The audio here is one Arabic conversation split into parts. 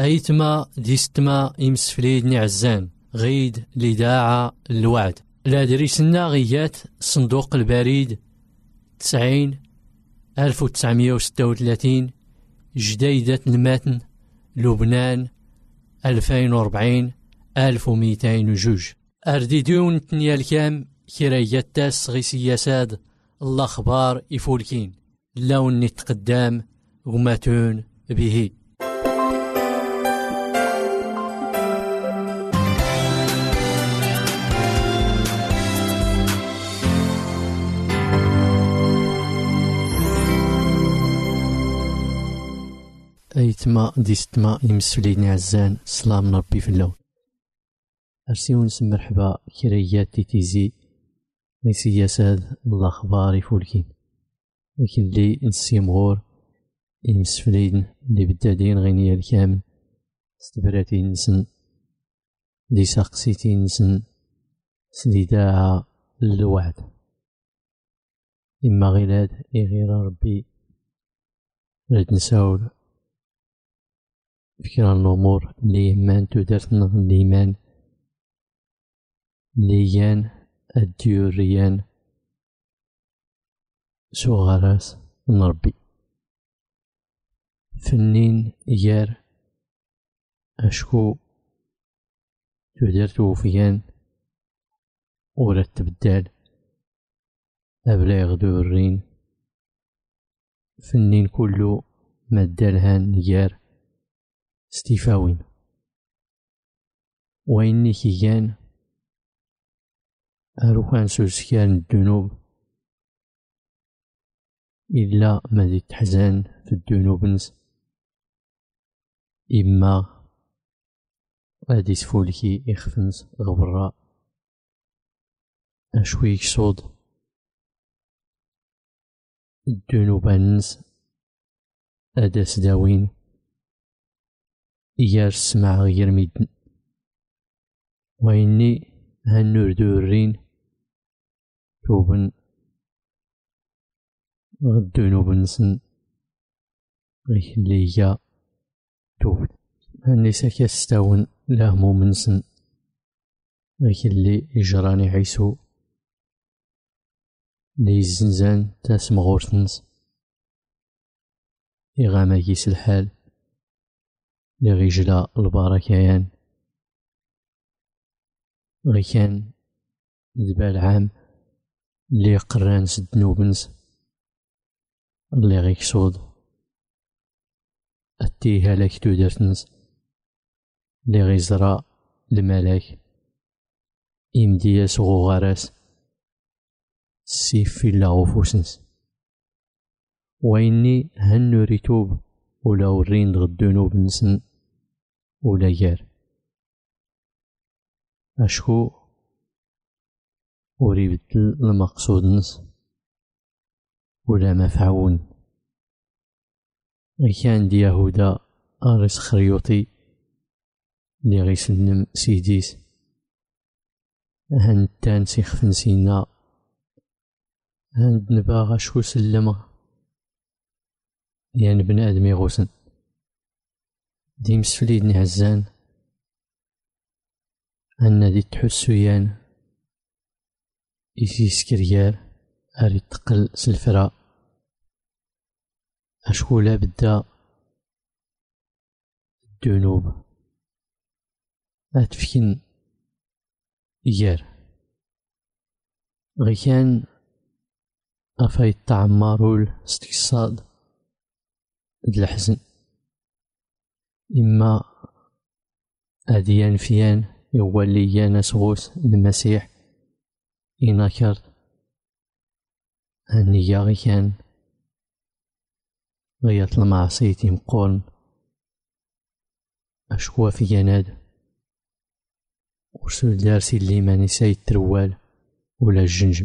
أيتما ديستما إمسفليدني عزان غيد لداعة الوعد لا دريسنا غيات صندوق البريد 90-1936 جديدة المتن لبنان 2040-1202 أرديدون تنيا الكام كرايات تاس غي سياساد الأخبار إفولكين لون نتقدام غماتون به أيتما ديستما يمسفليني عزان سلام ربي في اللون أرسيون مرحبا كريات تيزي غي سياساد الأخبار يفولكين لكن لي نسيمغور يمسفلين اللي بدادين غينيا الكامل استبراتي نسن دي ساقسيتي نسن سليداعة الوعد إما غيلاد غير ربي رد نساول فكرة الأمور اللي يمان تدرتنا الإيمان ليان الديوريان سو غراس نربي فنين يار أشكو تدرتو فيان ورتب الدال أبلاغ دورين فنين كله مدالهان يار ستيفاوين وإني كيان أروحان سوسكان الذنوب إلا ما دي تحزان في الذنوب نس إما غادي سفولكي إخفنس غبراء أشويك صود الذنوب نس أداس داوين إيار السماع غير ميدن وإني هنور دورين توبن غدونو بنسن غيك اللي توب هني ساكا ستاون لاهمو منسن غيك اللي يجراني عيسو لي الزنزان تاس مغورتنس إغاما كيس الحال لي غيجلا البركيان غي كان دبال عام لي قران سدنوبنس اللي غيكسود أتيها لك تودرتنس لي غيزرا الملاك إمديا سغو غراس السيف في لاغوفوسنس وإني هنوري توب ولا ورين غدونوب نسن ولا جار أشكو وريبدل المقصود نس ولا مفعون غي كان دي يهودا أرس خريوطي لي غيسلم سيديس هند تانسي خفنسينا هند نباغا شكو سلمه يعني بنادم يغوسن دي مسفليدني عزان أن دي تحسو يان إيسي سكريار أري تقل سلفرا أشكو لا بدا الذنوب أتفكن يار غي كان أفايت تعمارول استقصاد د الحزن إما أديان فيان يولي يانا سغوس المسيح إناكرت هنيا غي كان غيات المعصيتي مقورن أشكوا في جناد ورسول دارسي اللي ماني سايد تروال ولا الجنجم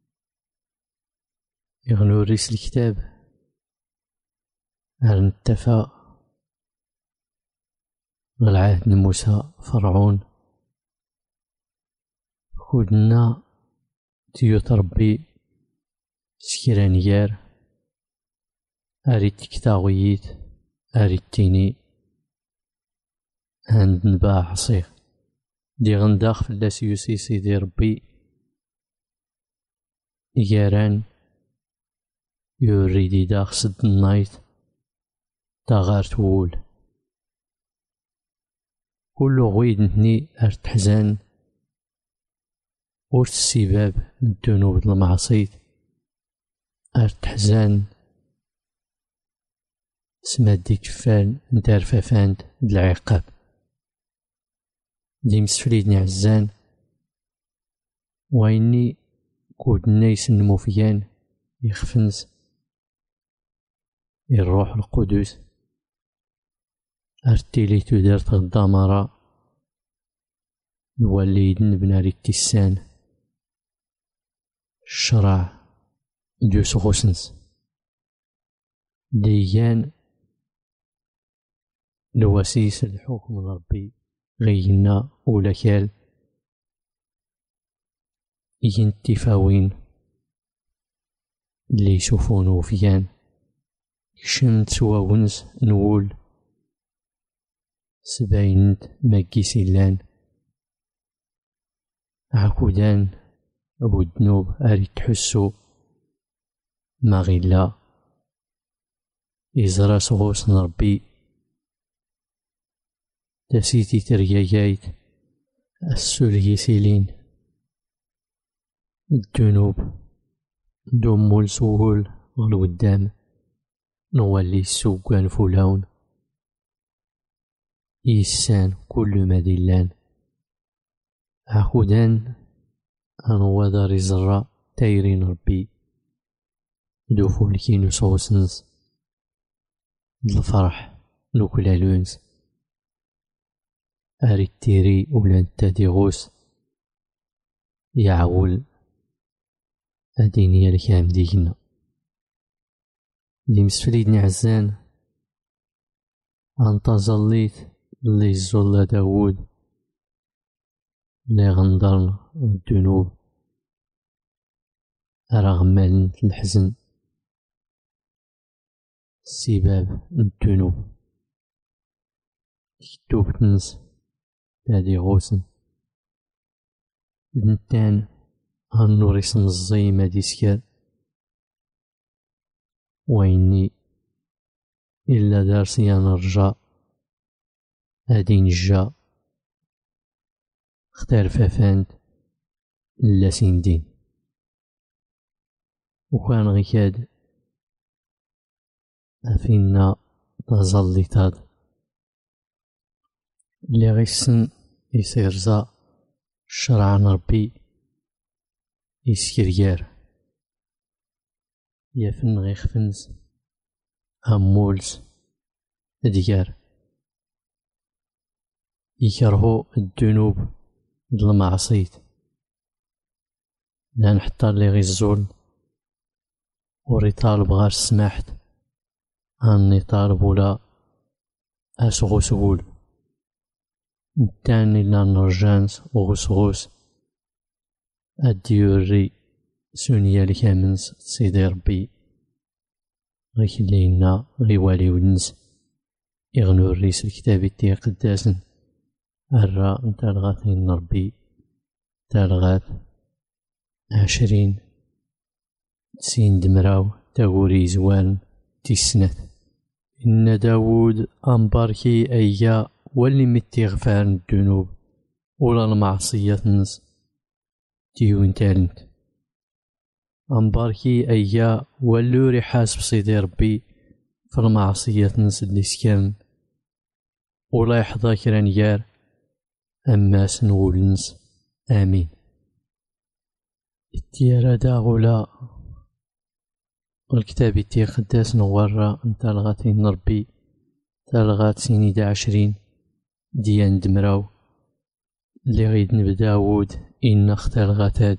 يغنو ريس الكتاب هل نتفا العهد موسى فرعون خودنا تيو تربي سكرانيار أريد تكتاغيت أريد تيني عند نباع عصير دي غنداخ فلاس يوسي سيدي ربي ياران يوريدي داخ سد النايت تاغار تول كل غويد نتني ارتحزان ورث السباب الذنوب المعصيت ارتحزان سماد دي كفان ندار فافاند العقاب دي مسفليدني عزان ويني كود نايس الموفيان يخفنس الروح القدس ارتيلي تدار الضمرة نوليد نبنى الاتسان الشرع دوس غسنس ديان لواسيس الحكم ربي غينا ولا كال ينتفاوين اللي يشوفونو فيان كشمت سوا ونس نقول سباينت ماكي سيلان عكودان أبو الذنوب أريد تحسو ما غيلا إزرا صغوص نربي تسيتي تريايت السوري سيلين الذنوب دمول سهول غلو الدم نولي السوقان فلاون يسان كل ما دلان عقودان أنوادر زرا تايرين ربي دوفو الكينو صوصنس الفرح لوكلالونس أريد تيري ولان تاديغوس يعول أديني الكام ديجنا اللي مسفليدني عزان أنت ظليت اللي زول داود اللي غندرن الذنوب رغم الحزن سباب الذنوب كتوب تنس تادي غوسن نتان هنوريس نزي ما ديسكال ويني إلا دارسي نرجع هادي نجا اختار فافاند لا سندين وكان غيكاد أفينا تظليتاد اللي غيسن يصير زا شرع ربي يسكريار يفن غيخفنس همولز ديار يكرهو الذنوب د المعصيت لا نحتار لي غيزول وري طالب غير سمحت اني طالب ولا اسغسول نتاني لا نرجانس وغسغوس اديوري سونيا الكامنس سيدي ربي غيكلينا غيوالي ونس يغنو الريس الكتابي تي قداسن الراء تالغاتين ربي تالغات 20 سين دمراو تاغوري زوان تيسنات إن داود أنباركي أيا واللي متي غفار الذنوب ولا المعصية نس تيوين تالنت أنباركي أيا واللوري حاسب سيدي ربي في المعصية نس اللي سكان ولا يحظى كران يار أما سنولنس آمين التيارة دا غلا الكتاب تي قداس نورا انت لغاتين ربي تالغات سيني 20 ديان دمراو اللي غيد نبداود إن اختار غاتاد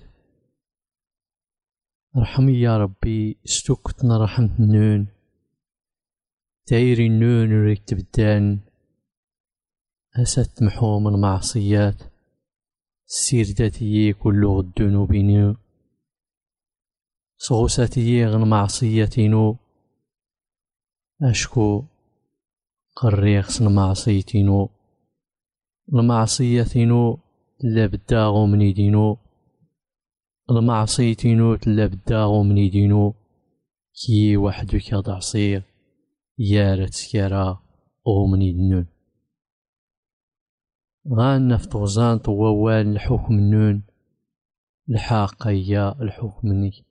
رحمي يا ربي ستوكتنا رحمت نون تايري نون ريك تبدان أسات محوم المعصيات سيرداتي كل الذنوبين صغوساتي غن معصيتينو أشكو قريخ سن معصيتينو المعصية تينو تلا بداغو من يدينو، المعصية تينو تلا بداغو من يدينو، كي وحدو كاد عصير يارت سكارا او من يدنون. غانا في طوزان طووال الحكم نون الحاقية الحكم مني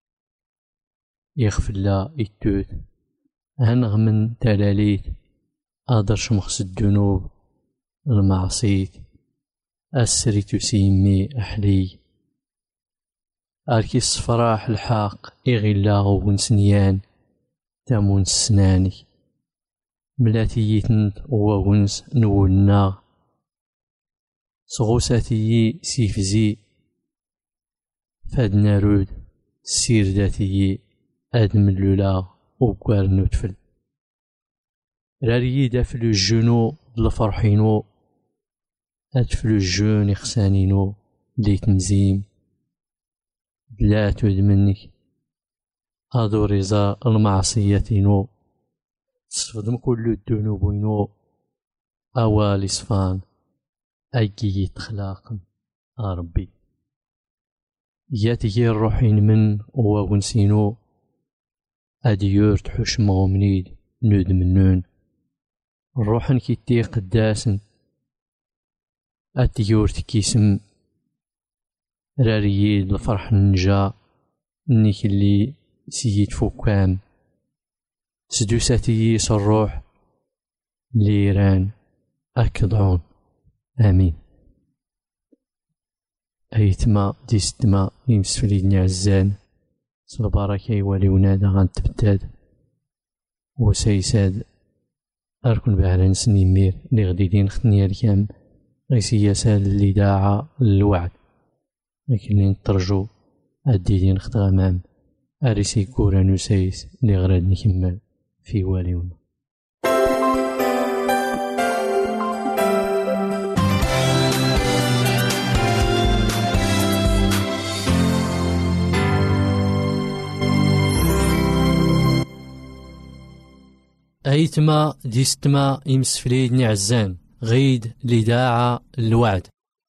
يغفلا يتوت هنغ من تلاليت أدرش مخص الذنوب المعصيت أسري تسيمي أحلي أركي الصفراح الحاق إغلاغ ونسنيان تامون سناني ملاتيتنت وونس نولناغ صغوساتي سيفزي فادنا رود سيرداتي أدم اللولا وكوار نتفل راري دافلو الجنو لفرحينو أدفلو الجون إخسانينو لي تنزيم بلا تدمنك هادو رضا المعصيتينو تصفدم كل الذنوبينو أوالي صفان أيكي تخلاقن ربي ياتي الروحين من وونسينو أديور تحوش مغمنيد نود منون الروحن كيتي قداسن أديور تكيسم راريد الفرح نجا نيك اللي سيد فوكام سدوساتي صروح ليران أكضعون آمين. أيتما ديستما يمسفليدني عزان صباركي وليونادا غنتبتاد وسيساد أركن بعران سنيمير لغديدين ختنيا الكام غيسياسال اللي داعا الوعد لكن نترجو أديدين خت غمام أريسي كوران وسيس لغراد نكمل في واليونا. أيتما ديستما يمسفليدني عزان غيد لداعة الوعد.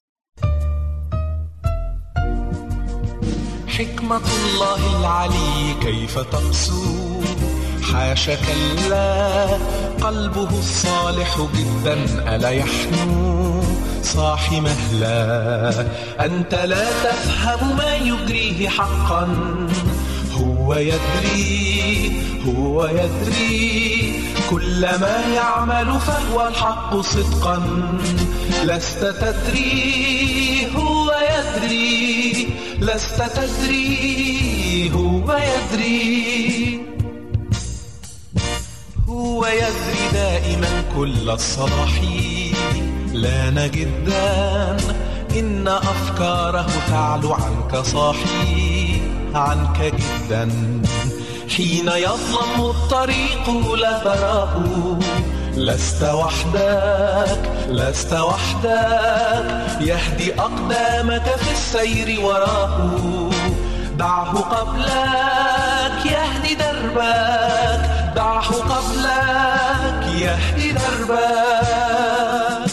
حكمة الله العلي كيف تقسو حاشا كلا قلبه الصالح جدا ألا يحنو صاحي مهلا أنت لا تفهم ما يجريه حقا هو يدري كل ما يعمل فهو الحق صدقا لست تدري هو يدري لست تدري هو يدري دائما كل الصلاح لان جدا إن أفكاره تعلو عنك صاحي عنك جدا حين يظلم الطريق لا تراه لست وحدك يهدي أقدامك في السير وراه دعه قبلك يهدي دربك دعه قبلك يهدي دربك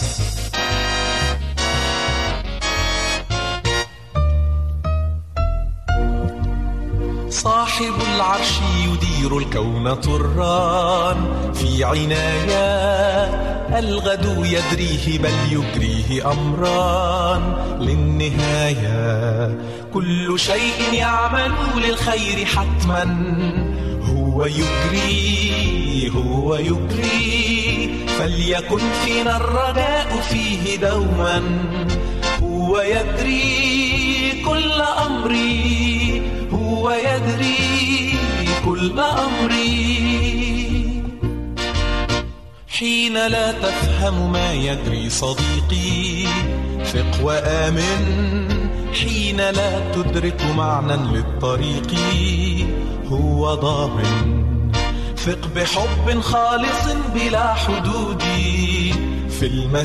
صاحب العرش يدير الكون طران في عناية الغد يدريه بل يجريه أمران للنهاية كل شيء يعمل للخير حتما هو يجري فليكن فينا الرجاء فيه دوما هو يدري كل أمري هو يدري كل أمري حين لا تفهم ما يجري صديقي ثق وآمن حين لا تدرك معنى للطريق هو ضامن ثق بحب خالص بلا حدود في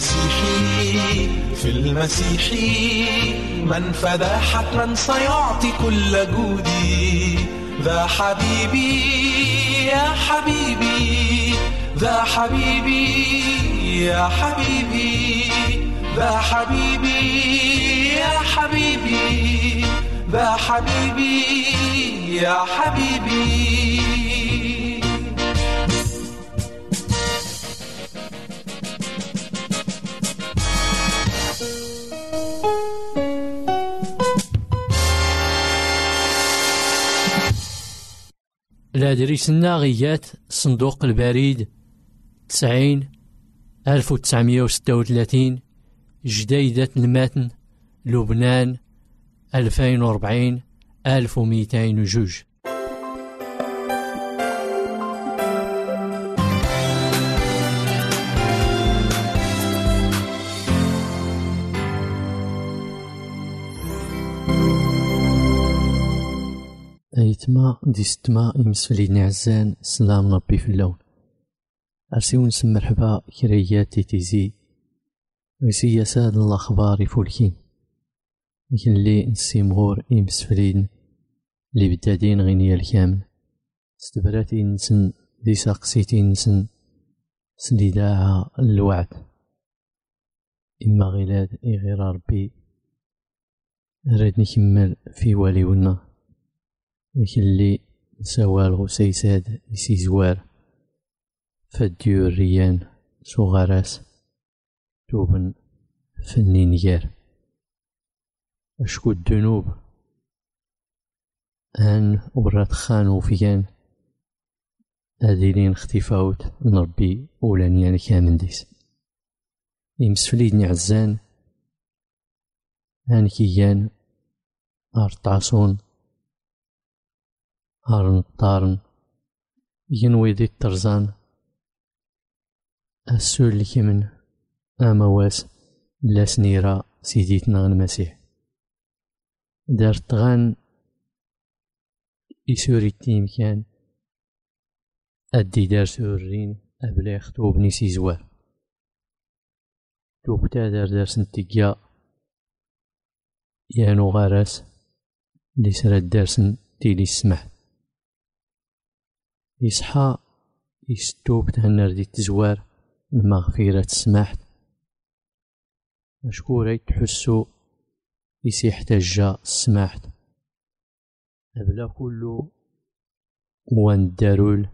المسيح من فدى حتما سيعطي كل جودي ذا حبيبي يا حبيبي ذا حبيبي يا حبيبي ذا حبيبي يا حبيبي ذا حبيبي يا حبيبي. الأدريسنا غيات صندوق البريد 90-1936 جديدة المتن لبنان 2040-1202. أيتما ديستما يمسفليدني عزان سلام ربي في اللون أرسيون نسم مرحبا كريات تيزي ويسي ساد الأخبار يفولكين لكن اللي نسيمغور يمسفلين اللي بدادين غينيا الكامل استبراتي نسن دي ساقسيتي نسن سليداعا الوعد إما غيلاد غير ربي راد نكمل في واليونا لكن اللي نساوالغو سيساد يسي زوار فديو الريان صغاراس توبن فنين جار أشكو الذنوب أن ورات خانو فيان أدينين اختفاوت نربي أولانيان كامن ديس يمسفليدني عزان أن كيان أرطاسون هارن طارن ينوي دي الترزان السول لكمن أمواس لا سنيرة سيديتنا المسيح دارت غان يسوري التيم كان أدي دار سورين أبلا يخطوبني سيزوار توبتا دار سنتقيا يانو غاراس لي سراد دارسن تيلي السمح يصحى يستوب تهنر دي التزوار المغفرة السماحت مشكورة تحسو يسيح تجا السماحت أبلا كلو وان دارول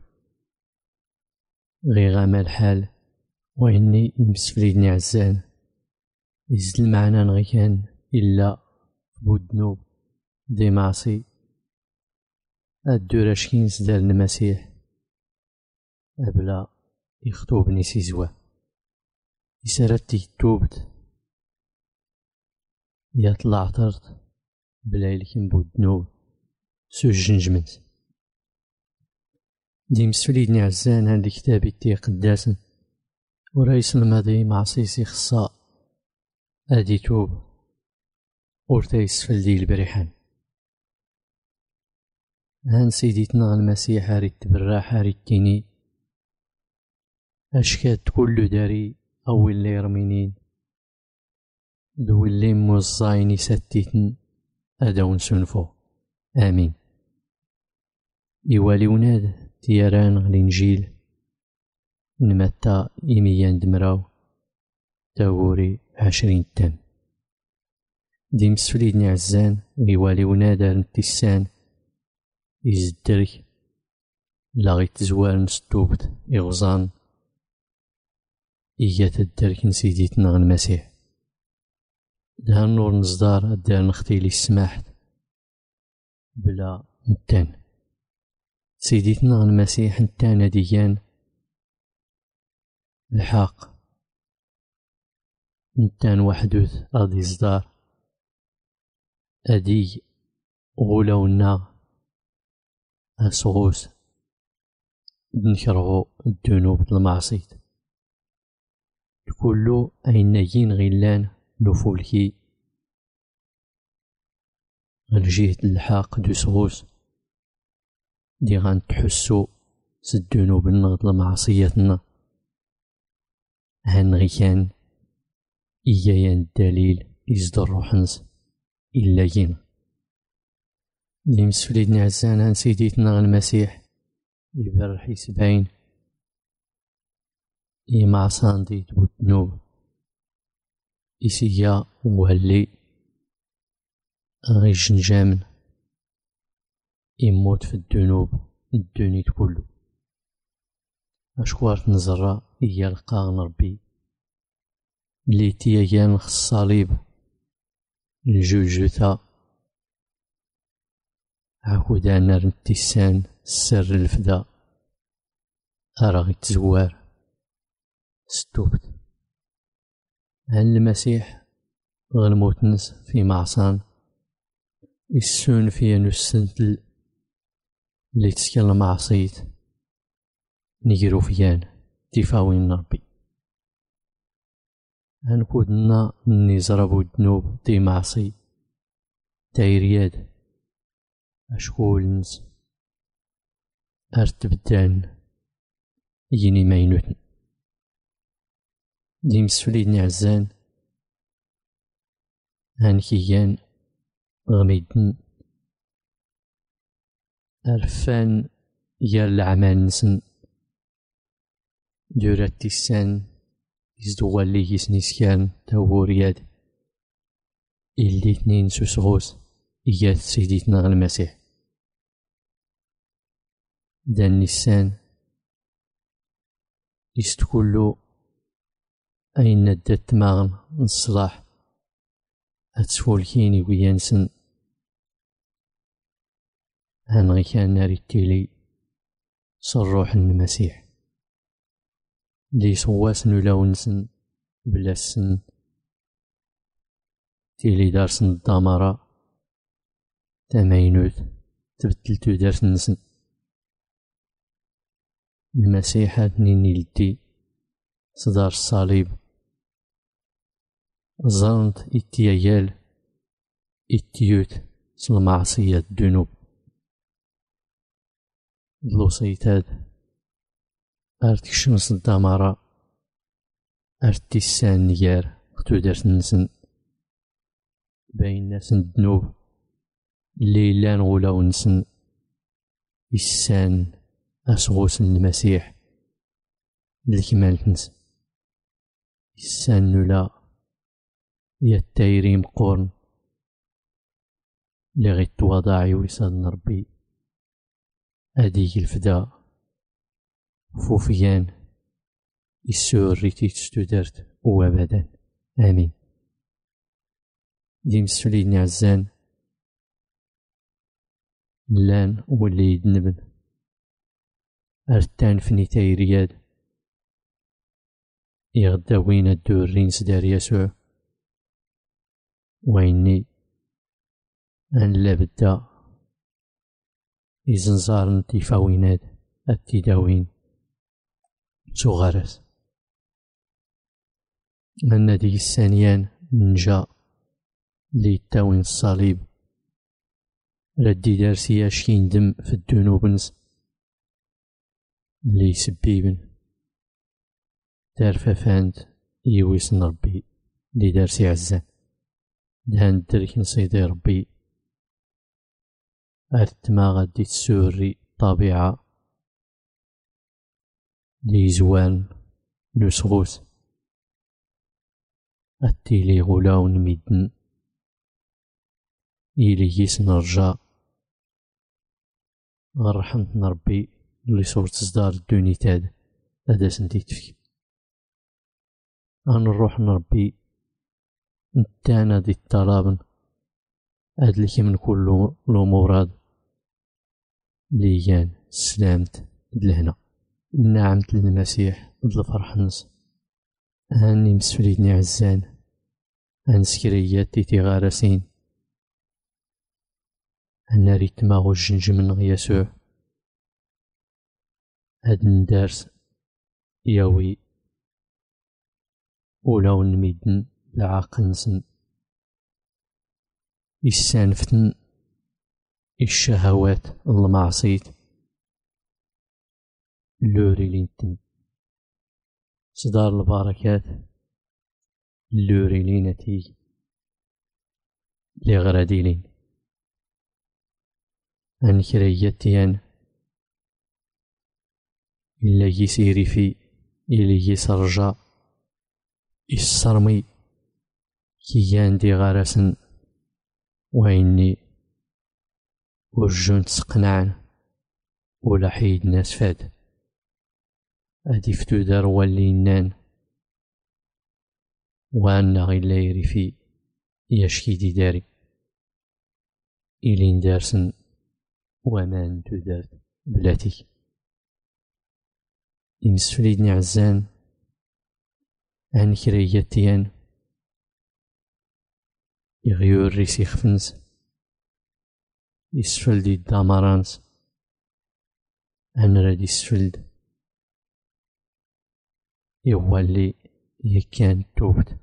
غي غاما الحال وإني يمسفليدني عزان يزل معنا نغيكان إلا بودنوب دي معصي الدوراش كينز دار المسيح أبلا يخطوبني سيزوا يسارت توبت يطلع طرت بلا يلكن بودنوب سوج نجمنت دي مسفليدني عزان هادي كتابي تي قداسن ورايس الماضي معصيسي خصا ادي توب ورتا يسفل دي البريحان هان سيديتنا المسيح ريت تبراح ريت تيني أشكات كل داري أو اللي يرمينين دو اللي موزايني ستيتن أدون سنفو آمين. يوالي وناد تياران الإنجيل نمتا إيميان دمراو تاوري 20 تام دي مسفليدني عزان يوالي ونادر نتسان يزدرك لاغي تزوار نستوبت إغزان إيجات الدرك نسيديتنا المسيح دها النور نصدار الدار نختيلي السماحت بلا نتان سيديتنا المسيح نتانا ديان الحق نتان وحدوث غادي صدار أدي غولونا أسغوس بنكرغو الذنوب المعصيت كلو أينايين غيلان نفولكي الجهة الحاق دو سغوس دي غان تحسو سدونو بالنغض لمعصيتنا هان غيكان إيايان الدليل إزدر روحنس إلا جينا دي مسفليدنا عزان هان سيديتنا المسيح يبرح يسبعين إما عصاندي تبوتنوب إسيا وهلي غي جنجامن يموت في الذنوب الدنيا كله. أشكوار نزرع إيا القاغن ربي لي تياغان خص الصليب الجوجوتا عاكودا نار نتيسان السر الفدا أراغي تزوار ستوبت. هل المسيح غنموتنس في معصان السون فيا نسنتل اللي تسكن معصيت نجرو فيان تفاوين ربي. هنكودنا نزربو الذنوب دي معصي تايرياد أشكولنس أرتبدان يني ماينوتن ديم سفليدني عزان هانكيان غميدن أرفان يال العمال نسن دورات تيسان يزدوالي يسنيسكان تاورياد إلي تنين سوسغوس إيات سيديتنا المسيح دان نيسان يستكلو أين ندات ماغن الصلاح أتسفولكيني ويانسن هنغي كان ناري التيلي صروح المسيح لي صواسن ولاونسن بلا السن تيلي دارسن الدامرة تماينوت تبدلتو دارس نسن المسيح تنين يلدي صدار الصليب زرنت اتيايال اتيوت سلمعصية الذنوب دلوسيتاد أرتكشنس الدامرة أرتيسان نيار ختو دارس نسن باين ناس الذنوب ليلان غولاو نسن إسان أسغوس المسيح الكمال تنس إسان نولا يتايري مقورن لغي التواضعي ويصادن ربي أديك الفدا فوفيان السور ريتي تستودرت وابدا آمين. ديم سفليدني عزان لان واللي يدنبن أرتان فني تايرياد يغداوين الدورين سدار يسوع ويني أن لابدا إزنزارن تيفاوينات التداوين سوغارس أن ديك الثانيان نجا لي تاوين الصليب ردي دارسي أشكين دم في الذنوبنس لي سبيبن دار فافاند يويسن ربي لي دارسي عزان دهان درك نصيدي ربي أرتما غادي تسوري الطبيعة لي زوان نسغوس التيلي غلاون ميدن إلي يسن رجا غرحمتنا ربي لي صورت صدار الدوني تاد هذا سنتي تفكي أنا نروح نربي نتانا دي الطلابن هاد لكي من كل الأموراد ليان سلامت دلهنا نعمت للمسيح دل فرحنس هاني مسفليدني عزان هان سكريات تيتي غارسين هانا ريتماغو الجنجمن يسوع هاد ندارس ياوي ولاو نميدن العاقنسن السانفتن الشهوات المعصيت لوري لينتن صدار البركات لوري لينتي لغراديلين أن كريتيان إلا يسيري في إلي يسرجا يسرمي كيان دي غارسن وإني ورجون تسقنعن ولا حيد ناس فاد أدي فتو دار واللينان وأنا غيلا يريفي يشكي دي داري إلين دارسن وما نتو دارت بلاتي إنسفليدني عزان عن كرياتيان يغيور ريسي خفنس يسفل دي الدامارانس عن رادي يسفلد يوالي يكان توبت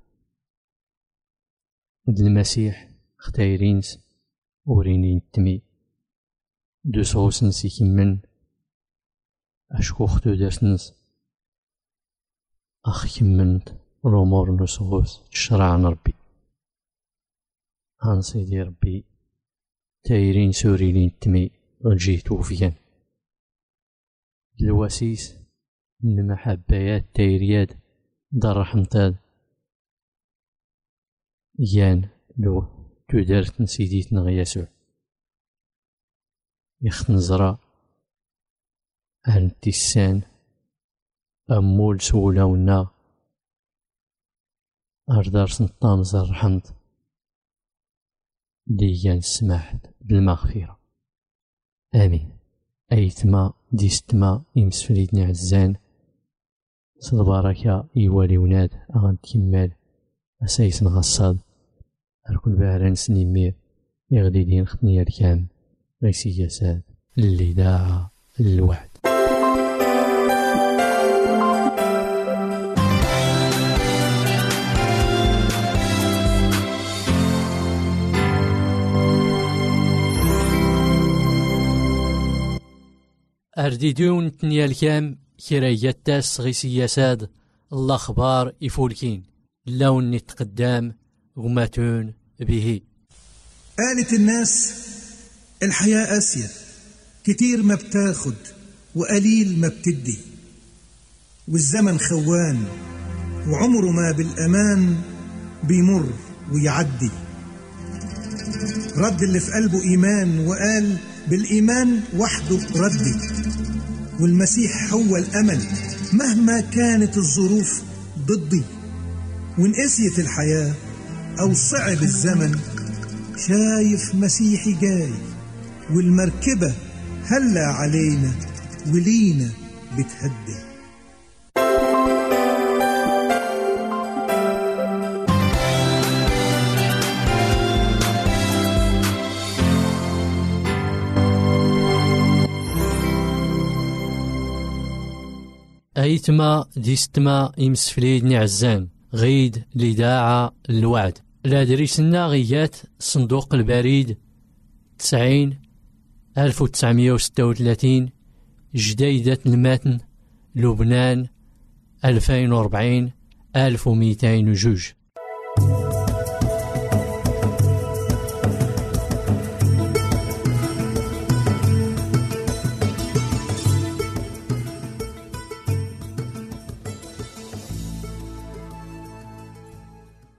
د المسيح ختايرينس وريني نتمي دو صوصنس يكمن أشكو ختو دارسنس أخ كمنت الأمور نصوص تشرع ربي عن سيدي ربي تايرين سوري لي نتمي رجيتو فيان الواسيس المحبيات تايرياد دار رحمتاد يان لو تدارت نسيديتنا غيا يسوع يخت نزرا عن تيسان أمول سولا ونا أردار سنطامز الرحمت ديان سماحت بالمغفرة آمين. أيتما ديستما يمسفليدني عزان صد بركة يوالي وناد أغان كمال أسايسن غصاد أركن باران سنيمير يغدي دين ختنيا الكام غيسي يساد اللي داعا الوعد. أرديدون تنيا الكام كرايتاس غيسي يساد الأخبار يفولكين اللون نتقدام غماتون به. قالت الناس الحياة قاسية، كتير ما بتاخد وقليل ما بتدي، والزمن خوان وعمره ما بالأمان بيمر ويعدي. رد اللي في قلبه إيمان وقال بالإيمان وحده ردي، والمسيح هو الأمل مهما كانت الظروف ضدي. وإن قسيت الحياة أو صعب الزمن شايف مسيحي جاي، والمركبة هلا علينا ولينا بتهدي. أيتما ديستما يمسفليدني عزان غيد لداعة الوعد. لا دريسنا غيات صندوق البريد 90-1936 جديدة المتن لبنان 2040-1202.